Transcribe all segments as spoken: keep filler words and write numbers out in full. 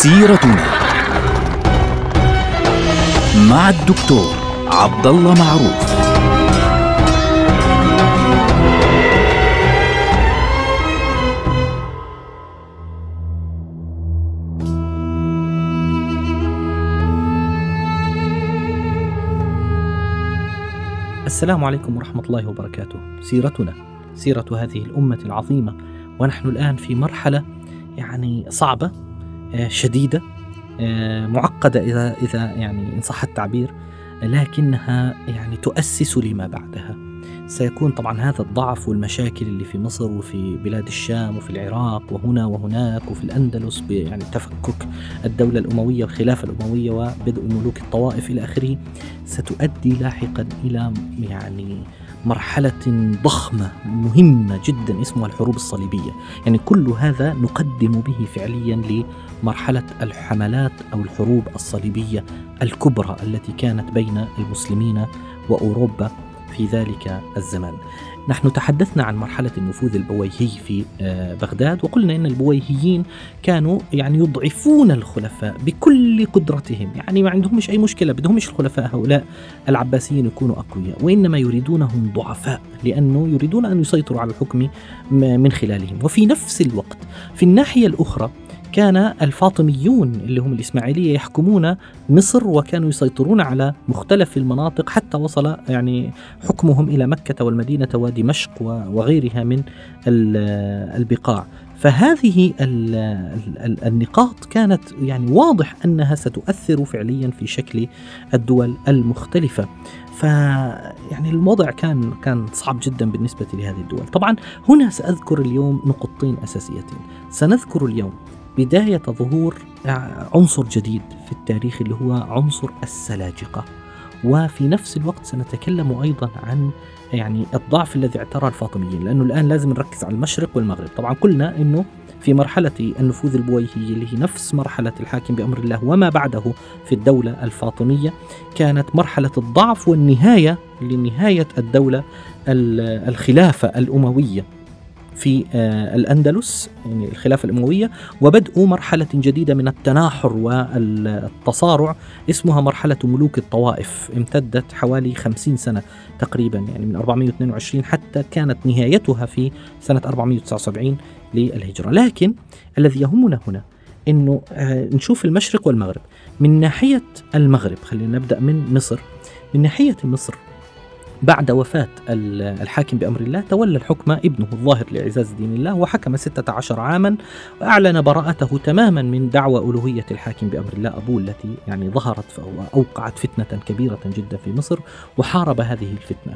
سيرتنا مع الدكتور عبد الله معروف. السلام عليكم ورحمة الله وبركاته. سيرتنا سيرة هذه الأمة العظيمة، ونحن الآن في مرحلة يعني صعبة شديدة معقدة إذا إذا يعني إن صح التعبير، لكنها يعني تؤسس لما بعدها. سيكون طبعا هذا الضعف والمشاكل اللي في مصر وفي بلاد الشام وفي العراق وهنا وهناك وفي الأندلس، يعني تفكك الدولة الأموية والخلافة الأموية وبدء ملوك الطوائف إلى آخره، ستؤدي لاحقا إلى يعني مرحلة ضخمة مهمة جدا اسمها الحروب الصليبية. يعني كل هذا نقدم به فعليا لمرحلة الحملات أو الحروب الصليبية الكبرى التي كانت بين المسلمين وأوروبا في ذلك الزمان. نحن تحدثنا عن مرحلة النفوذ البويهي في بغداد، وقلنا إن البويهيين كانوا يعني يضعفون الخلفاء بكل قدرتهم، يعني ما عندهمش أي مشكلة، بدهمش الخلفاء هؤلاء العباسيين يكونوا أقوياء، وإنما يريدونهم ضعفاء لأنه يريدون أن يسيطروا على الحكم من خلالهم. وفي نفس الوقت في الناحية الأخرى كان الفاطميون اللي هم الإسماعيلية يحكمون مصر، وكانوا يسيطرون على مختلف المناطق حتى وصل يعني حكمهم إلى مكة والمدينة ودمشق وغيرها من البقاع. فهذه النقاط كانت يعني واضح أنها ستؤثر فعليا في شكل الدول المختلفة. فيعني الوضع كان كان صعب جدا بالنسبة لهذه الدول. طبعا هنا سأذكر اليوم نقطتين أساسيتين. سنذكر اليوم بداية ظهور عنصر جديد في التاريخ اللي هو عنصر السلاجقة، وفي نفس الوقت سنتكلم أيضا عن يعني الضعف الذي اعترى الفاطميين، لأنه الآن لازم نركز على المشرق والمغرب. طبعا قلنا أنه في مرحلة النفوذ البويهي اللي هي نفس مرحلة الحاكم بأمر الله وما بعده في الدولة الفاطمية كانت مرحلة الضعف والنهاية لنهاية الدولة الخلافة الأموية في الأندلس، يعني الخلافة الأموية، وبدء مرحلة جديدة من التناحر والتصارع اسمها مرحلة ملوك الطوائف، امتدت حوالي خمسين سنة تقريبا، يعني من أربعمائة واثنين وعشرين حتى كانت نهايتها في سنة أربعمائة وتسعة وسبعين للهجرة. لكن الذي يهمنا هنا أنه نشوف المشرق والمغرب. من ناحية المغرب خلينا نبدأ من مصر. من ناحية مصر بعد وفاة الحاكم بأمر الله تولى الحكم ابنه الظاهر لإعزاز دين الله، وحكم ستة عشر عاما، وأعلن براءته تماما من دعوى ألوهية الحاكم بأمر الله أبوه التي يعني ظهرت وأوقعت فتنة كبيرة جدا في مصر، وحارب هذه الفتنة.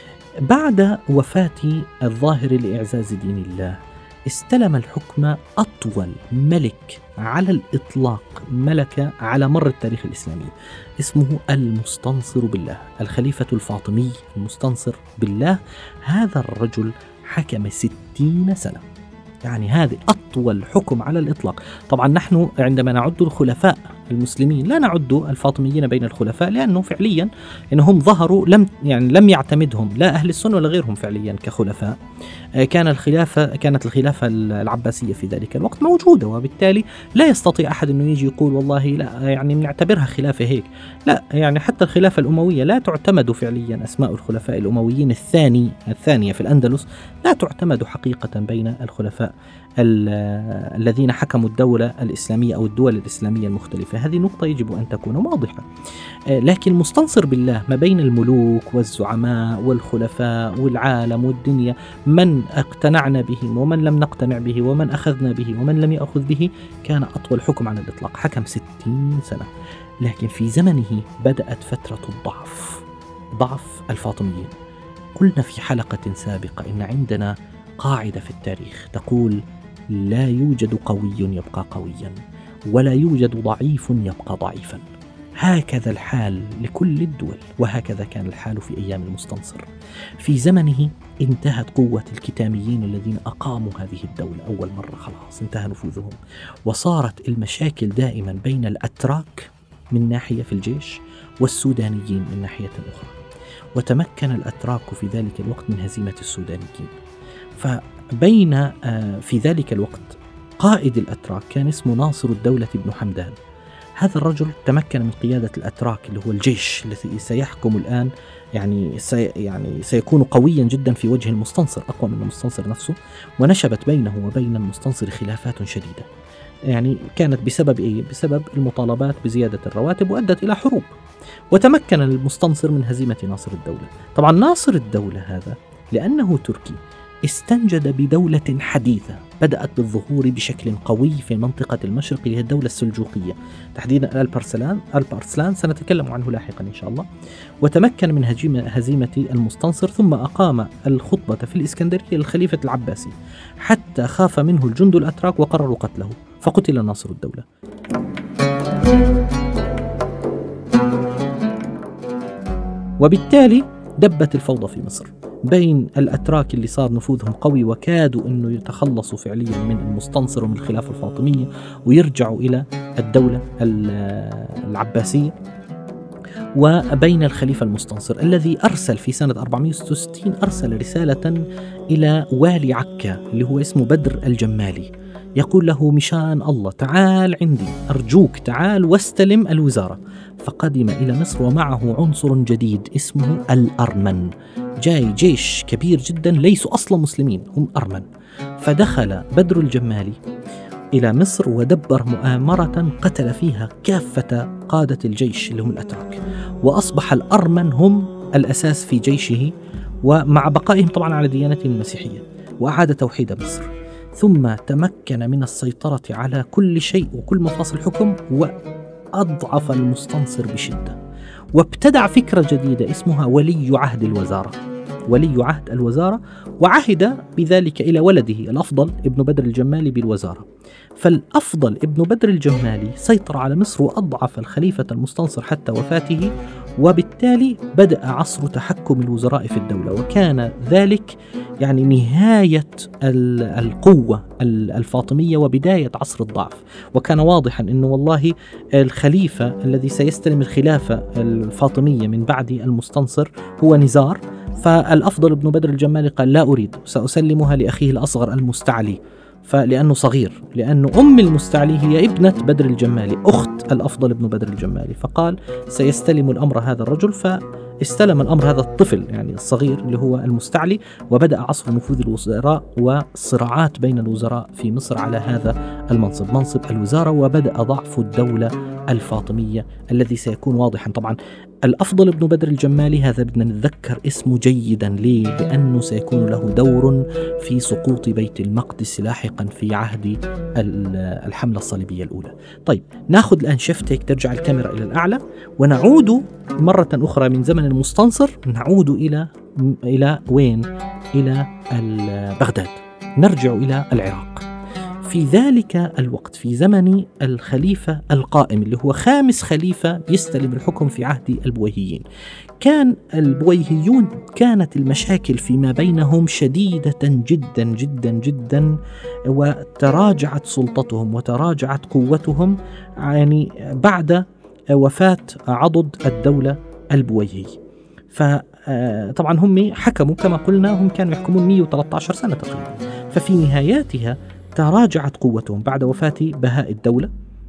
بعد وفاة الظاهر لإعزاز دين الله استلم الحكم أطول ملك على الإطلاق ملك على مر التاريخ الإسلامي، اسمه المستنصر بالله، الخليفة الفاطمي المستنصر بالله. هذا الرجل حكم ستين سنة، يعني هذه أطول حكم على الإطلاق. طبعا نحن عندما نعد الخلفاء المسلمين لا نعد الفاطميين بين الخلفاء، لأنه فعليا إنهم ظهروا لم يعني لم يعتمدهم لا أهل السنة ولا غيرهم فعليا كخلفاء. كان الخلافة كانت الخلافة العباسية في ذلك الوقت موجودة، وبالتالي لا يستطيع أحد إنه يجي يقول والله لا يعني بنعتبرها خلافة هيك. لا، يعني حتى الخلافة الأموية لا تعتمد فعليا، أسماء الخلفاء الأمويين الثاني الثانية في الأندلس لا تعتمد حقيقة بين الخلفاء الذين حكموا الدولة الإسلامية أو الدول الإسلامية المختلفة. هذه نقطة يجب أن تكون واضحة. لكن المستنصر بالله ما بين الملوك والزعماء والخلفاء والعالم والدنيا، من اقتنعنا به ومن لم نقتنع به ومن أخذنا به ومن لم يأخذ به، كان أطول حكم على الإطلاق، حكم ستين سنة. لكن في زمنه بدأت فترة الضعف، ضعف الفاطميين. قلنا في حلقة سابقة إن عندنا قاعدة في التاريخ تقول لا يوجد قوي يبقى قويا، ولا يوجد ضعيف يبقى ضعيفا. هكذا الحال لكل الدول، وهكذا كان الحال في أيام المستنصر. في زمنه انتهت قوة الكتاميين الذين أقاموا هذه الدولة أول مرة، خلاص انتهى نفوذهم، وصارت المشاكل دائما بين الأتراك من ناحية في الجيش والسودانيين من ناحية أخرى، وتمكن الأتراك في ذلك الوقت من هزيمة السودانيين. فبين في ذلك الوقت قائد الأتراك كان اسمه ناصر الدولة بن حمدان. هذا الرجل تمكن من قيادة الأتراك اللي هو الجيش الذي سيحكم الآن، يعني سي يعني سيكون قويا جدا في وجه المستنصر، أقوى من المستنصر نفسه، ونشبت بينه وبين المستنصر خلافات شديدة. يعني كانت بسبب إيه؟ بسبب المطالبات بزيادة الرواتب، وأدت إلى حروب. وتمكن المستنصر من هزيمة ناصر الدولة. طبعا ناصر الدولة هذا لأنه تركي استنجد بدولة حديثة بدأت بالظهور بشكل قوي في منطقة المشرق، اللي هي الدولة السلجوقية، تحديدا البرسلان البرسلان سنتكلم عنه لاحقا إن شاء الله. وتمكن من هزيمة المستنصر، ثم أقام الخطبة في الإسكندرية للخليفة العباسي حتى خاف منه الجند الأتراك وقرروا قتله، فقتل ناصر الدولة. وبالتالي دبت الفوضى في مصر بين الأتراك اللي صار نفوذهم قوي وكادوا أنه يتخلصوا فعليا من المستنصر ومن الخلافة الفاطمية ويرجعوا إلى الدولة العباسية، وبين الخليفة المستنصر الذي أرسل في سنة أربعمائة وستة وستين أرسل رسالة إلى والي عكا اللي هو اسمه بدر الجمالي، يقول له مشان الله تعال عندي أرجوك تعال واستلم الوزارة. فقدم إلى مصر ومعه عنصر جديد اسمه الأرمن، جاي جيش كبير جدا ليسوا أصلا مسلمين، هم أرمن. فدخل بدر الجمالي إلى مصر ودبر مؤامرة قتل فيها كافة قادة الجيش اللي هم الأتراك، وأصبح الأرمن هم الأساس في جيشه، ومع بقائهم طبعا على ديانتهم المسيحية، وأعاد توحيد مصر. ثم تمكن من السيطرة على كل شيء وكل مفاصل الحكم، وأضعف المستنصر بشدة، وابتدع فكرة جديدة اسمها ولي عهد الوزارة. ولي عهد الوزارة، وعهد بذلك إلى ولده الأفضل ابن بدر الجمالي بالوزارة. فالأفضل ابن بدر الجمالي سيطر على مصر وأضعف الخليفة المستنصر حتى وفاته، وبالتالي بدأ عصر تحكم الوزراء في الدولة، وكان ذلك يعني نهاية القوة الفاطمية وبداية عصر الضعف. وكان واضحا أنه والله الخليفة الذي سيستلم الخلافة الفاطمية من بعد المستنصر هو نزار، فالأفضل ابن بدر الجمالي قال لا أريد، سأسلمها لأخيه الأصغر المستعلي، فلأنه صغير، لأن أم المستعلي هي ابنة بدر الجمالي أخت الأفضل ابن بدر الجمالي، فقال سيستلم الأمر هذا الرجل. فاستلم الأمر هذا الطفل يعني الصغير اللي هو المستعلي، وبدأ عصر نفوذ الوزراء والصراعات بين الوزراء في مصر على هذا المنصب، منصب الوزارة، وبدأ ضعف الدولة الفاطمية الذي سيكون واضحا. طبعا الأفضل ابن بدر الجمالي هذا بدنا نتذكر اسمه جيدا، ليه؟ لأنه سيكون له دور في سقوط بيت المقدس لاحقا في عهد الحملة الصليبية الأولى. طيب ناخذ الآن شفتك، ترجع الكاميرا إلى الأعلى، ونعود مرة أخرى من زمن المستنصر، نعود إلى إلى وين؟ إلى بغداد، نرجع إلى العراق. في ذلك الوقت في زمن الخليفة القائم اللي هو خامس خليفة يستلم الحكم في عهد البويهيين، كان البويهيون كانت المشاكل فيما بينهم شديدة جدا جدا جدا، وتراجعت سلطتهم وتراجعت قوتهم يعني بعد وفاة عضد الدولة البويهي. فطبعا هم حكموا كما قلنا، هم كانوا يحكمون مئة وثلاثة عشر سنة تقريبا، ففي نهاياتها تراجعت قوتهم بعد وفاة بهاء الدولة،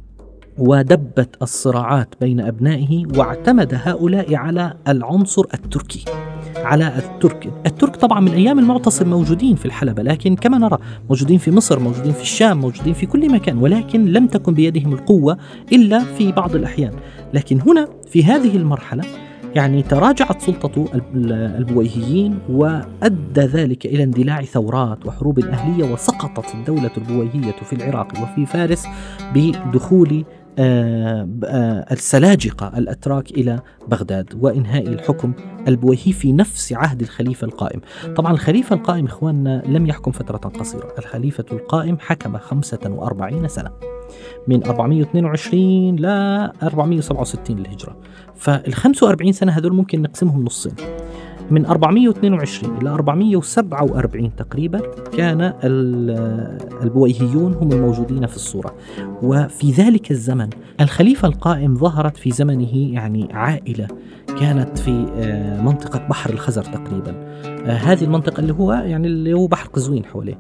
ودبت الصراعات بين أبنائه، واعتمد هؤلاء على العنصر التركي، على الترك. الترك طبعا من أيام المعتصم موجودين في الحلبة، لكن كما نرى موجودين في مصر، موجودين في الشام، موجودين في كل مكان، ولكن لم تكن بيدهم القوة إلا في بعض الأحيان. لكن هنا في هذه المرحلة يعني تراجعت سلطة البويهيين، وأدى ذلك إلى اندلاع ثورات وحروب أهلية، وسقطت الدولة البويهية في العراق وفي فارس بدخول السلاجقة الأتراك إلى بغداد وإنهاء الحكم البويهي في نفس عهد الخليفة القائم. طبعا الخليفة القائم إخواننا لم يحكم فترة قصيرة، الخليفة القائم حكم خمسة وأربعين سنة، من أربعمائة واثنين وعشرين ل أربعمائة وسبعة وستين للهجرة. فالخمسة وأربعين سنة هذول ممكن نقسمهم نصين، من أربعمائة واثنين وعشرين إلى أربعمائة وسبعة وأربعين تقريبا كان البويهيون هم الموجودين في الصورة. وفي ذلك الزمن الخليفة القائم ظهرت في زمنه يعني عائلة كانت في منطقة بحر الخزر تقريبا، هذه المنطقة اللي هو يعني اللي هو بحر قزوين حواليه.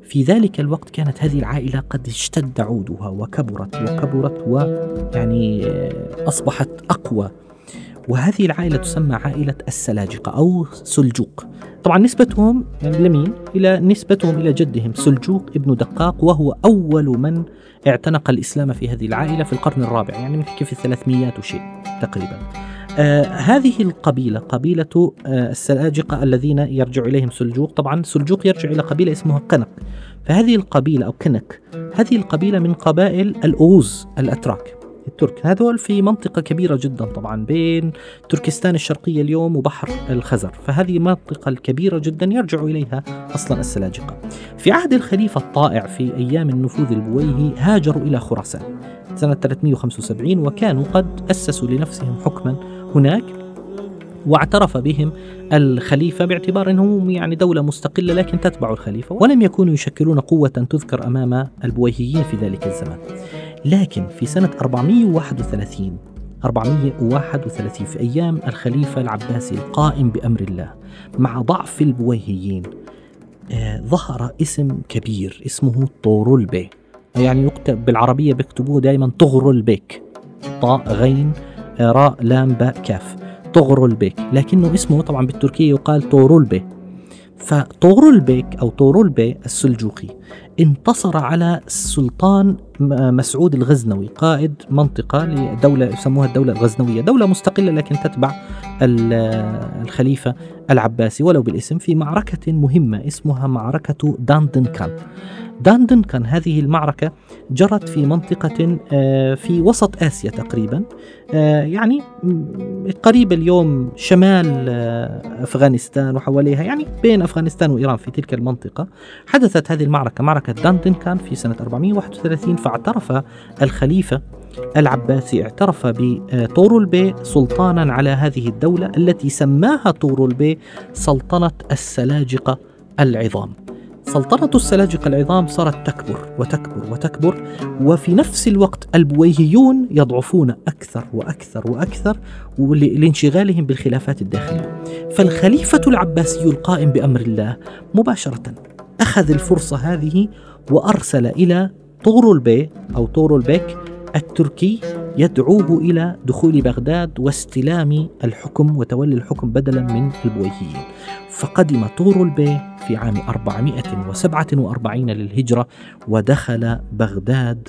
في ذلك الوقت كانت هذه العائلة قد اشتد عودها وكبرت وكبرت ويعني أصبحت أقوى. وهذه العائلة تسمى عائلة السلاجقة أو سلجوق. طبعا نسبتهم لمين؟ إلى نسبتهم إلى جدهم سلجوق ابن دقاق، وهو أول من اعتنق الإسلام في هذه العائلة في القرن الرابع، يعني نحكي في الثلاثميات وشيء تقريبا. آه هذه القبيلة قبيلة آه السلاجقة الذين يرجع إليهم سلجوق. طبعا سلجوق يرجع إلى قبيلة اسمها قنق، فهذه القبيلة أو كنك هذه القبيلة من قبائل الأوغوز الأتراك الترك. هذول في منطقة كبيرة جدا طبعا بين تركستان الشرقية اليوم وبحر الخزر، فهذه منطقة الكبيرة جدا يرجع إليها أصلا السلاجقة. في عهد الخليفة الطائع في أيام النفوذ البويهي هاجروا إلى خراسان سنة ثلاثمئة وخمسة وسبعين، وكانوا قد أسسوا لنفسهم حكما هناك، واعترف بهم الخليفة باعتبار أنهم يعني دولة مستقلة لكن تتبع الخليفة، ولم يكونوا يشكلون قوة تذكر أمام البويهيين في ذلك الزمان. لكن في سنة أربعمئة وواحد وثلاثين أربعمئة وواحد وثلاثين في أيام الخليفة العباسي القائم بأمر الله مع ضعف البويهيين، آه ظهر اسم كبير اسمه طغرل بي، يعني يكتب بالعربية بيكتبوه دائما طغرل بيك، طاء غين آه راء لام باء كاف، طغرل بيك، لكنه اسمه طبعا بالتركية يقال طغرل بي. فطغرل بيك أو طغرل بي السلجوقي انتصر على السلطان مسعود الغزنوي قائد منطقة لدولة يسموها الدولة الغزنوية، دولة مستقلة لكن تتبع الخليفة العباسي ولو بالاسم، في معركة مهمة اسمها معركة داندنكان. داندنكان هذه المعركة جرت في منطقة في وسط آسيا تقريبا، يعني قريب اليوم شمال أفغانستان وحواليها، يعني بين أفغانستان وإيران في تلك المنطقة. حدثت هذه المعركة معركة داندنكان في سنة أربعمئة وواحد وثلاثين، فاعترف الخليفة العباسي اعترف بطغرل بي سلطانا على هذه الدولة التي سماها طغرل بي سلطنة السلاجقة العظام. سلطنة السلاجقة العظام صارت تكبر وتكبر وتكبر، وفي نفس الوقت البويهيون يضعفون أكثر وأكثر وأكثر لانشغالهم بالخلافات الداخلية. فالخليفة العباسي القائم بأمر الله مباشرة أخذ الفرصة هذه وأرسل إلى طغرل بي أو طغرل بيك التركي يدعوه إلى دخول بغداد واستلام الحكم وتولي الحكم بدلا من البويهيين. فقدم طغرل بي في عام أربعمئة وسبعة وأربعين للهجرة ودخل بغداد،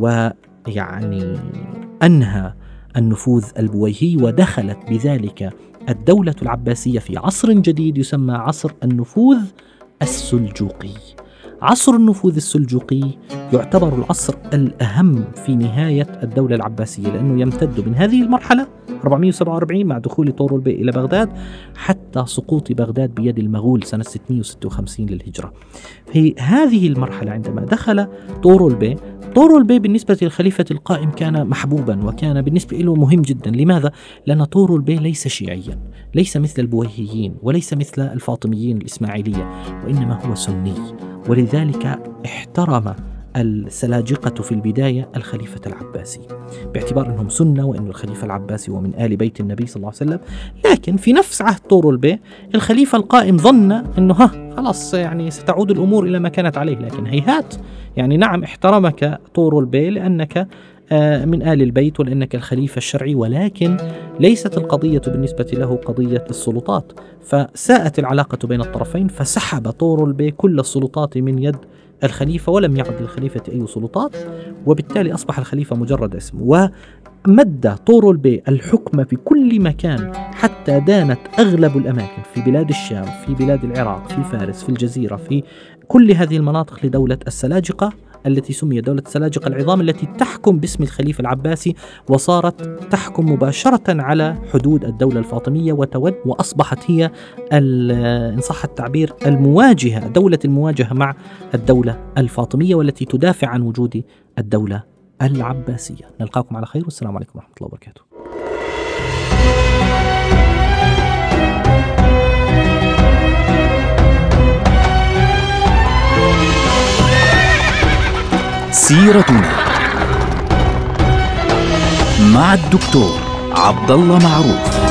ويعني أنهى النفوذ البويهي، ودخلت بذلك الدولة العباسية في عصر جديد يسمى عصر النفوذ السلجوقي. عصر النفوذ السلجوقي يعتبر العصر الأهم في نهاية الدولة العباسية، لأنه يمتد من هذه المرحلة أربعمئة وسبعة وأربعين مع دخول طغرل بي إلى بغداد حتى سقوط بغداد بيد المغول سنة ستمئة وستة وخمسين للهجرة. في هذه المرحلة عندما دخل طغرل بي، طغرل بي بالنسبة للخليفة القائم كان محبوبا وكان بالنسبة له مهم جدا. لماذا؟ لأن طغرل بي ليس شيعيا، ليس مثل البويهيين وليس مثل الفاطميين الإسماعيلية، وإنما هو سني، ولذلك احترم السلاجقة في البداية الخليفة العباسي باعتبار أنهم سنة وأن الخليفة العباسي ومن آل بيت النبي صلى الله عليه وسلم. لكن في نفس عهد طغرل بي الخليفة القائم ظن أنه ها خلاص يعني ستعود الأمور إلى ما كانت عليه، لكن هيهات، يعني نعم احترمك طغرل بي لأنك من آل البيت ولأنك الخليفة الشرعي، ولكن ليست القضية بالنسبة له قضية السلطات. فساءت العلاقة بين الطرفين، فسحب طغرل بي كل السلطات من يد الخليفة ولم يعد للخليفة أي سلطات، وبالتالي أصبح الخليفة مجرد اسم. ومد طغرل بي الحكم في كل مكان حتى دانت أغلب الأماكن في بلاد الشام، في بلاد العراق، في فارس، في الجزيرة، في كل هذه المناطق لدولة السلاجقة التي سميت دولة السلاجقة العظام، التي تحكم باسم الخليفة العباسي وصارت تحكم مباشرة على حدود الدولة الفاطمية وتود وأصبحت هي إن صح التعبير المواجهة، دولة المواجهة مع الدولة الفاطمية والتي تدافع عن وجود الدولة العباسية. نلقاكم على خير والسلام عليكم ورحمة الله وبركاته. سيرتنا مع الدكتور عبد الله معروف.